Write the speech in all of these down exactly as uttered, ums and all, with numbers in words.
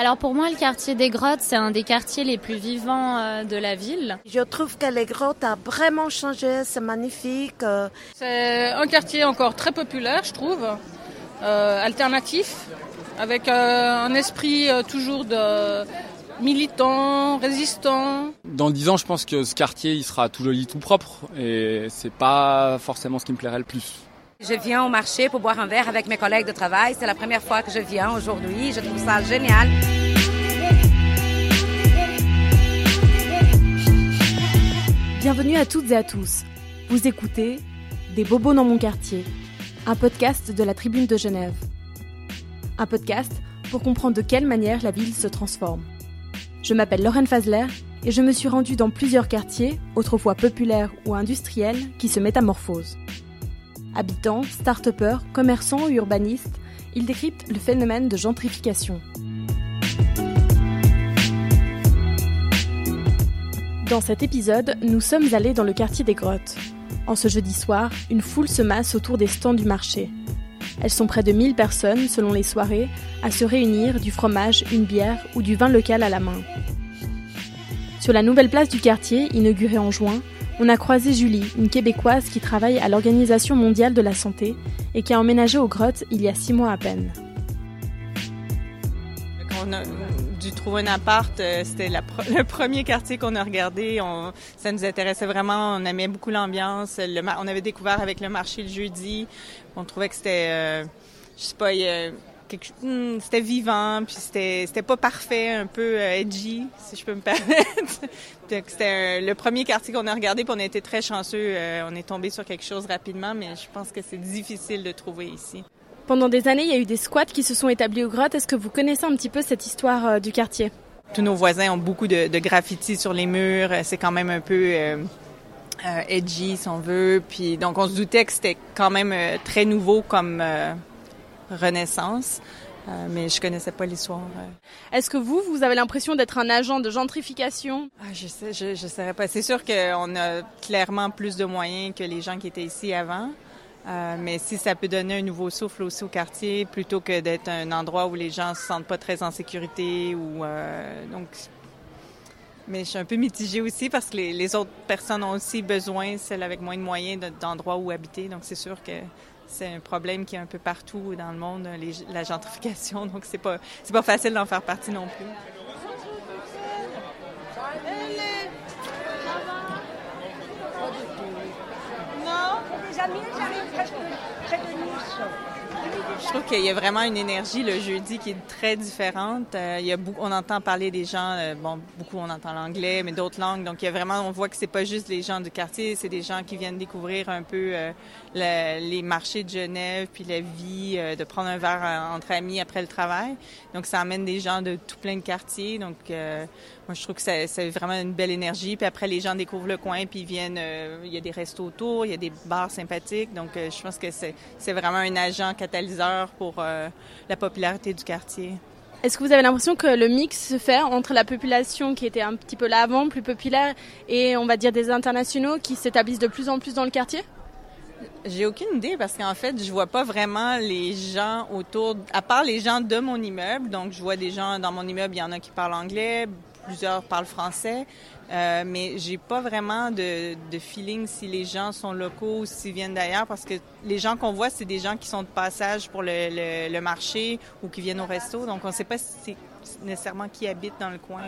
Alors pour moi, le quartier des Grottes, c'est un des quartiers les plus vivants euh, de la ville. Je trouve que les Grottes a vraiment changé, c'est magnifique. C'est un quartier encore très populaire, je trouve, euh, alternatif, avec euh, un esprit euh, toujours de militant, résistant. Dans dix ans, je pense que ce quartier, il sera tout joli, tout propre, et c'est pas forcément ce qui me plairait le plus. Je viens au marché pour boire un verre avec mes collègues de travail. C'est la première fois que je viens aujourd'hui. Je trouve ça génial. Bienvenue à toutes et à tous. Vous écoutez Des bobos dans mon quartier, un podcast de la Tribune de Genève. Un podcast pour comprendre de quelle manière la ville se transforme. Je m'appelle Lorraine Fazler et je me suis rendue dans plusieurs quartiers, autrefois populaires ou industriels, qui se métamorphosent. Habitants, start-upers, commerçants ou urbanistes, ils décryptent le phénomène de gentrification. Dans cet épisode, nous sommes allés dans le quartier des Grottes. En ce jeudi soir, une foule se masse autour des stands du marché. Elles sont près de mille personnes, selon les soirées, à se réunir, du fromage, une bière ou du vin local à la main. Sur la nouvelle place du quartier, inaugurée en juin, on a croisé Julie, une Québécoise qui travaille à l'Organisation mondiale de la santé et qui a emménagé aux Grottes il y a six mois à peine. Quand on a dû trouver un appart, c'était la pro- le premier quartier qu'on a regardé. On, ça nous intéressait vraiment, on aimait beaucoup l'ambiance. Le, on avait découvert avec le marché le jeudi. On trouvait que c'était, euh, je sais pas, il y a quelque, hmm, c'était vivant, puis c'était, c'était pas parfait, un peu euh, edgy, si je peux me permettre. Donc, c'était un, le premier quartier qu'on a regardé, puis on a été très chanceux. Euh, on est tombé sur quelque chose rapidement, mais je pense que c'est difficile de trouver ici. Pendant des années, il y a eu des squats qui se sont établis aux Grottes. Est-ce que vous connaissez un petit peu cette histoire euh, du quartier? Tous nos voisins ont beaucoup de, de graffitis sur les murs. C'est quand même un peu euh, euh, edgy, si on veut. Puis donc, on se doutait que c'était quand même euh, très nouveau comme euh, renaissance. Euh, mais je connaissais pas l'histoire. Euh. Est-ce que vous, vous avez l'impression d'être un agent de gentrification? Ah, je sais, je, je saurais pas. C'est sûr qu'on a clairement plus de moyens que les gens qui étaient ici avant. Euh, mais si ça peut donner un nouveau souffle aussi au quartier, plutôt que d'être un endroit où les gens se sentent pas très en sécurité ou euh, donc. Mais je suis un peu mitigée aussi parce que les, les autres personnes ont aussi besoin, celles avec moins de moyens, de, d'endroits où habiter. Donc c'est sûr que c'est un problème qui est un peu partout dans le monde, les, la gentrification. Donc c'est pas c'est pas facile d'en faire partie non plus. Je trouve qu'il y a vraiment une énergie le jeudi qui est très différente. Euh, il y a beaucoup, on entend parler des gens, euh, bon, beaucoup on entend l'anglais, mais d'autres langues. Donc il y a vraiment, on voit que c'est pas juste les gens du quartier, c'est des gens qui viennent découvrir un peu euh, la, les marchés de Genève, puis la vie, euh, de prendre un verre euh, entre amis après le travail. Donc ça amène des gens de tout plein de quartiers. Donc euh, moi je trouve que c'est, c'est vraiment une belle énergie. Puis après les gens découvrent le coin, puis ils viennent, euh, il y a des restos autour, il y a des bars sympathiques. Donc euh, je pense que c'est, c'est vraiment un agent catalyseur pour euh, la popularité du quartier. Est-ce que vous avez l'impression que le mix se fait entre la population qui était un petit peu là avant, plus populaire, et on va dire des internationaux qui s'établissent de plus en plus dans le quartier? J'ai aucune idée parce qu'en fait, je vois pas vraiment les gens autour, à part les gens de mon immeuble. Donc, je vois des gens dans mon immeuble, il y en a qui parlent anglais, plusieurs parlent français, euh, mais j'ai pas vraiment de, de feeling si les gens sont locaux ou s'ils viennent d'ailleurs parce que les gens qu'on voit, c'est des gens qui sont de passage pour le, le, le marché ou qui viennent au resto. Donc, on sait pas si c'est nécessairement qui habite dans le coin.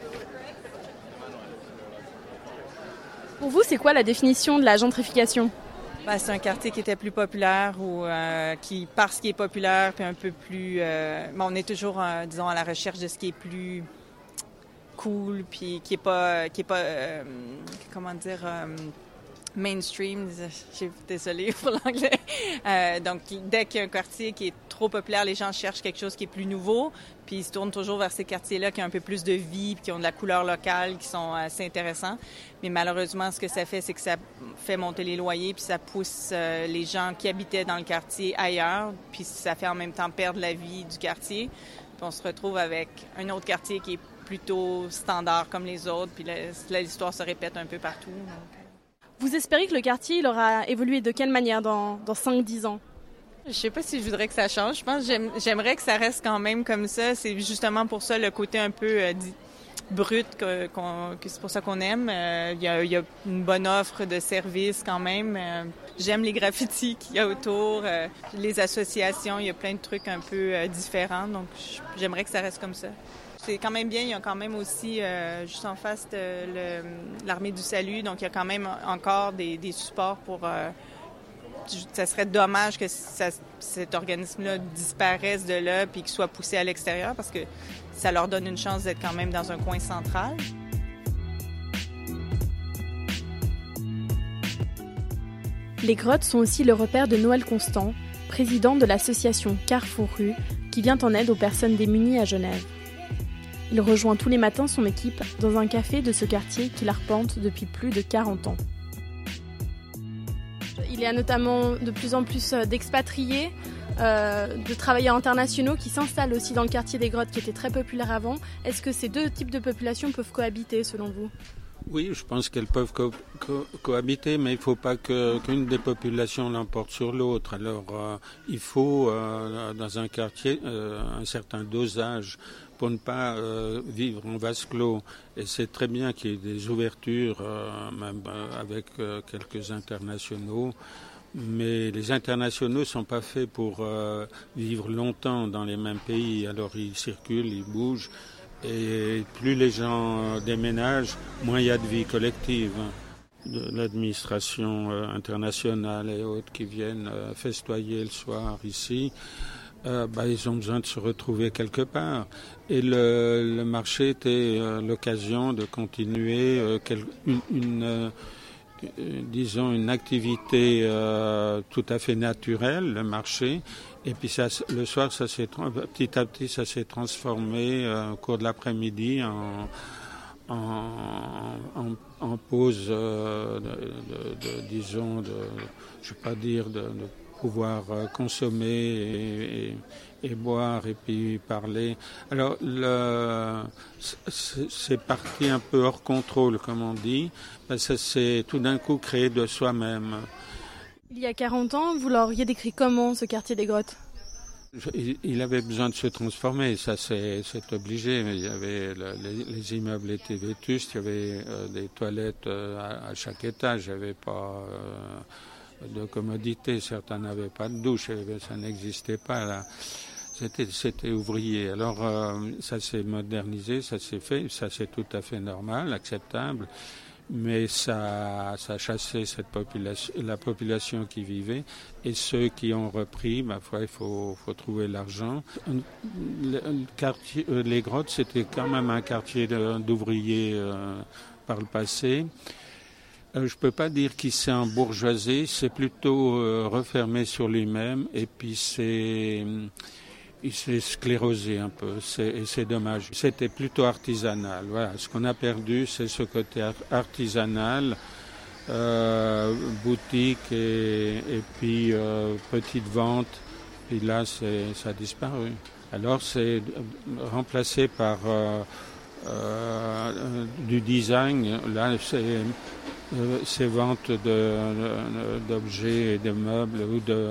Pour vous, c'est quoi la définition de la gentrification? Ben, c'est un quartier qui était plus populaire ou euh, qui, parce qu'il est populaire, puis un peu plus... Euh, bon, on est toujours, euh, disons, à la recherche de ce qui est plus cool, puis qui est pas... qui est pas euh, comment dire... Euh, mainstream, j'ai désolée pour l'anglais. Euh, donc, dès qu'il y a un quartier qui est trop populaire, les gens cherchent quelque chose qui est plus nouveau, puis ils se tournent toujours vers ces quartiers-là qui ont un peu plus de vie, puis qui ont de la couleur locale, qui sont assez intéressants. Mais malheureusement, ce que ça fait, c'est que ça fait monter les loyers, puis ça pousse euh, les gens qui habitaient dans le quartier ailleurs, puis ça fait en même temps perdre la vie du quartier. Puis on se retrouve avec un autre quartier qui est plutôt standard comme les autres, puis là, là l'histoire se répète un peu partout. Donc. Vous espérez que le quartier il aura évolué de quelle manière dans, dans cinq dix ans? Je sais pas si je voudrais que ça change. Je pense que j'aime, j'aimerais que ça reste quand même comme ça. C'est justement pour ça le côté un peu euh, dit, brut que, qu'on, que c'est pour ça qu'on aime. Euh, il y a, il y a une bonne offre de services quand même. Euh, j'aime les graffitis qu'il y a autour, euh, les associations. Il y a plein de trucs un peu euh, différents. Donc, j'aimerais que ça reste comme ça. C'est quand même bien. Il y a quand même aussi, euh, juste en face, de, le, l'Armée du Salut. Donc, il y a quand même encore des, des supports pour... Euh, ça serait dommage que ça, cet organisme-là disparaisse de là puis qu'il soit poussé à l'extérieur parce que ça leur donne une chance d'être quand même dans un coin central. Les grottes sont aussi le repère de Noël Constant, président de l'association Carrefour Rue, qui vient en aide aux personnes démunies à Genève. Il rejoint tous les matins son équipe dans un café de ce quartier qu'il arpente depuis plus de quarante ans. Il y a notamment de plus en plus d'expatriés, euh, de travailleurs internationaux qui s'installent aussi dans le quartier des Grottes qui était très populaire avant. Est-ce que ces deux types de populations peuvent cohabiter selon vous ? Oui, je pense qu'elles peuvent co- co- cohabiter, mais il ne faut pas que, qu'une des populations l'emporte sur l'autre. Alors, euh, il faut, euh, dans un quartier, euh, un certain dosage pour ne pas euh, vivre en vase clos. Et c'est très bien qu'il y ait des ouvertures, euh, même euh, avec euh, quelques internationaux. Mais les internationaux ne sont pas faits pour euh, vivre longtemps dans les mêmes pays. Alors, ils circulent, ils bougent. Et plus les gens déménagent, moins il y a de vie collective. De l'administration internationale et autres qui viennent festoyer le soir ici, euh, bah, ils ont besoin de se retrouver quelque part. Et le, le marché était euh, l'occasion de continuer euh, une, une euh, disons une activité euh, tout à fait naturelle, le marché. Et puis ça, le soir, ça s'est petit à petit, ça s'est transformé euh, au cours de l'après-midi en, en, en, en pause, euh, de, de, de, disons, de, je ne vais pas dire de, de pouvoir consommer et, et, et boire et puis parler. Alors, le, c'est, c'est parti un peu hors contrôle, comme on dit, parce que ça s'est tout d'un coup créé de soi-même. Il y a quarante ans, vous l'auriez décrit comment, ce quartier des Grottes ? Il avait besoin de se transformer, ça c'est, c'est obligé. Il y avait le, les, les immeubles étaient vétustes, il y avait euh, des toilettes euh, à, à chaque étage, il n'y avait pas euh, de commodité, certains n'avaient pas de douche, ça n'existait pas là. C'était, c'était ouvrier. Alors euh, ça s'est modernisé, ça s'est fait, ça c'est tout à fait normal, acceptable. Mais ça, ça a chassé cette population, la population qui vivait, et ceux qui ont repris, ma foi, il faut, faut trouver l'argent. Le, le quartier, les Grottes, c'était quand même un quartier de, d'ouvriers euh, par le passé. Euh, je peux pas dire qu'il s'est embourgeoisé, c'est plutôt euh, refermé sur lui-même, et puis c'est... il s'est sclérosé un peu, c'est, et c'est dommage. C'était plutôt artisanal. Voilà, ce qu'on a perdu, c'est ce côté artisanal, euh, boutique et, et puis euh, petite vente. Et là, c'est, ça a disparu. Alors, c'est remplacé par euh, euh, du design. Là, c'est euh, ces ventes de, de, d'objets et de meubles ou de,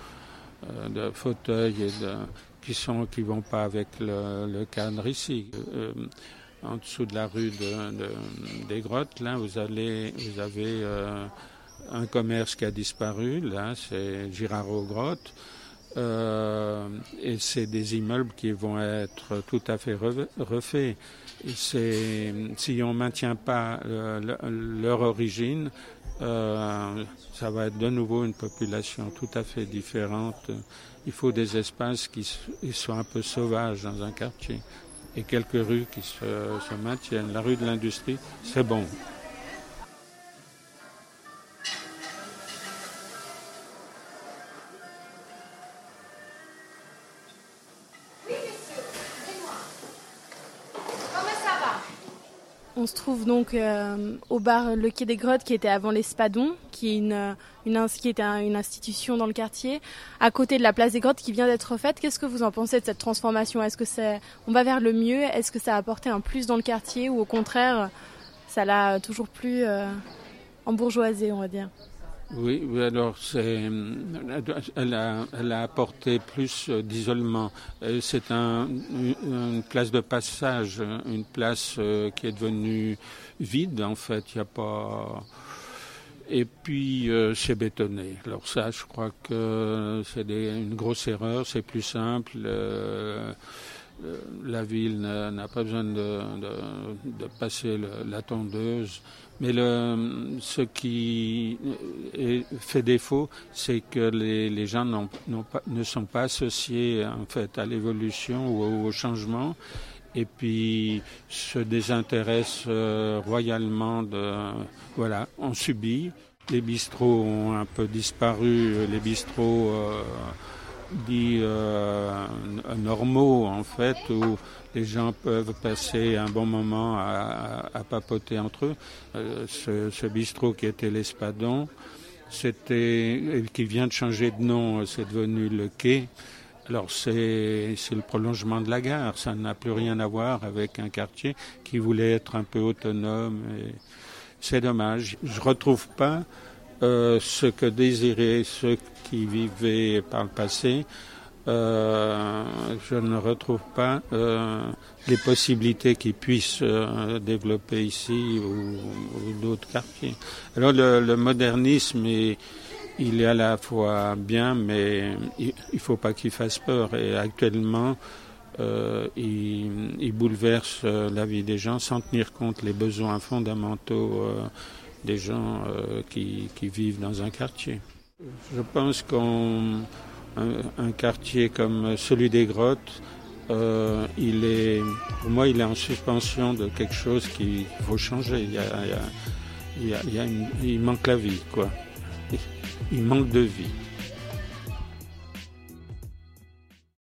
de fauteuils et de qui sont qui vont pas avec le, le cadre ici. Euh, en dessous de la rue de, de, des Grottes, là, vous allez, vous avez euh, un commerce qui a disparu. Là, c'est Girard aux Grottes, euh, et c'est des immeubles qui vont être tout à fait refaits. Et c'est, si on maintient pas euh, leur origine, euh, ça va être de nouveau une population tout à fait différente. Il faut des espaces qui soient un peu sauvages dans un quartier et quelques rues qui se, se maintiennent. La rue de l'Industrie, c'est bon. On se trouve donc euh, au bar Le Quai des Grottes, qui était avant l'Espadon, qui est une, une, qui était une institution dans le quartier, à côté de la place des Grottes qui vient d'être refaite. Qu'est-ce que vous en pensez de cette transformation ? Est-ce que c'est, on va vers le mieux ? Est-ce que ça a apporté un plus dans le quartier ou au contraire, ça l'a toujours plus euh, embourgeoisé, on va dire ? Oui, oui, alors c'est, elle a, elle a apporté plus d'isolement. C'est un, une place de passage, une place qui est devenue vide en fait. Il n'y a pas. Et puis euh, c'est bétonné. Alors ça, je crois que c'est des, une grosse erreur. C'est plus simple. Euh, la ville n'a, n'a pas besoin de, de, de passer le, la tondeuse. Mais le, ce qui est, fait défaut, c'est que les, les gens n'ont, n'ont pas, ne sont pas associés en fait à l'évolution ou au, au changement, et puis se désintéressent euh, royalement de voilà, on subit. Les bistrots ont un peu disparu, les bistrots euh, dits euh, normaux en fait, où les gens peuvent passer un bon moment à, à, à papoter entre eux. Euh, ce, ce bistrot qui était l'Espadon, c'était, qui vient de changer de nom, c'est devenu le Quai. Alors c'est, c'est le prolongement de la gare, ça n'a plus rien à voir avec un quartier qui voulait être un peu autonome. Et c'est dommage. Je retrouve pas euh, ce que désiraient ceux qui vivaient par le passé. Euh, je ne retrouve pas euh, les possibilités qu'ils puissent euh, développer ici ou, ou d'autres quartiers. Alors le, le modernisme, est, il est à la fois bien, mais il ne faut pas qu'il fasse peur. Et actuellement, euh, il, il bouleverse la vie des gens sans tenir compte des besoins fondamentaux euh, des gens euh, qui, qui vivent dans un quartier. Je pense qu'on Un, un quartier comme celui des Grottes, euh, il est, pour moi, il est en suspension de quelque chose qu'il faut changer. Il, y a, il, y a, il, y a, il, y a une, il manque la vie, quoi. Il manque de vie.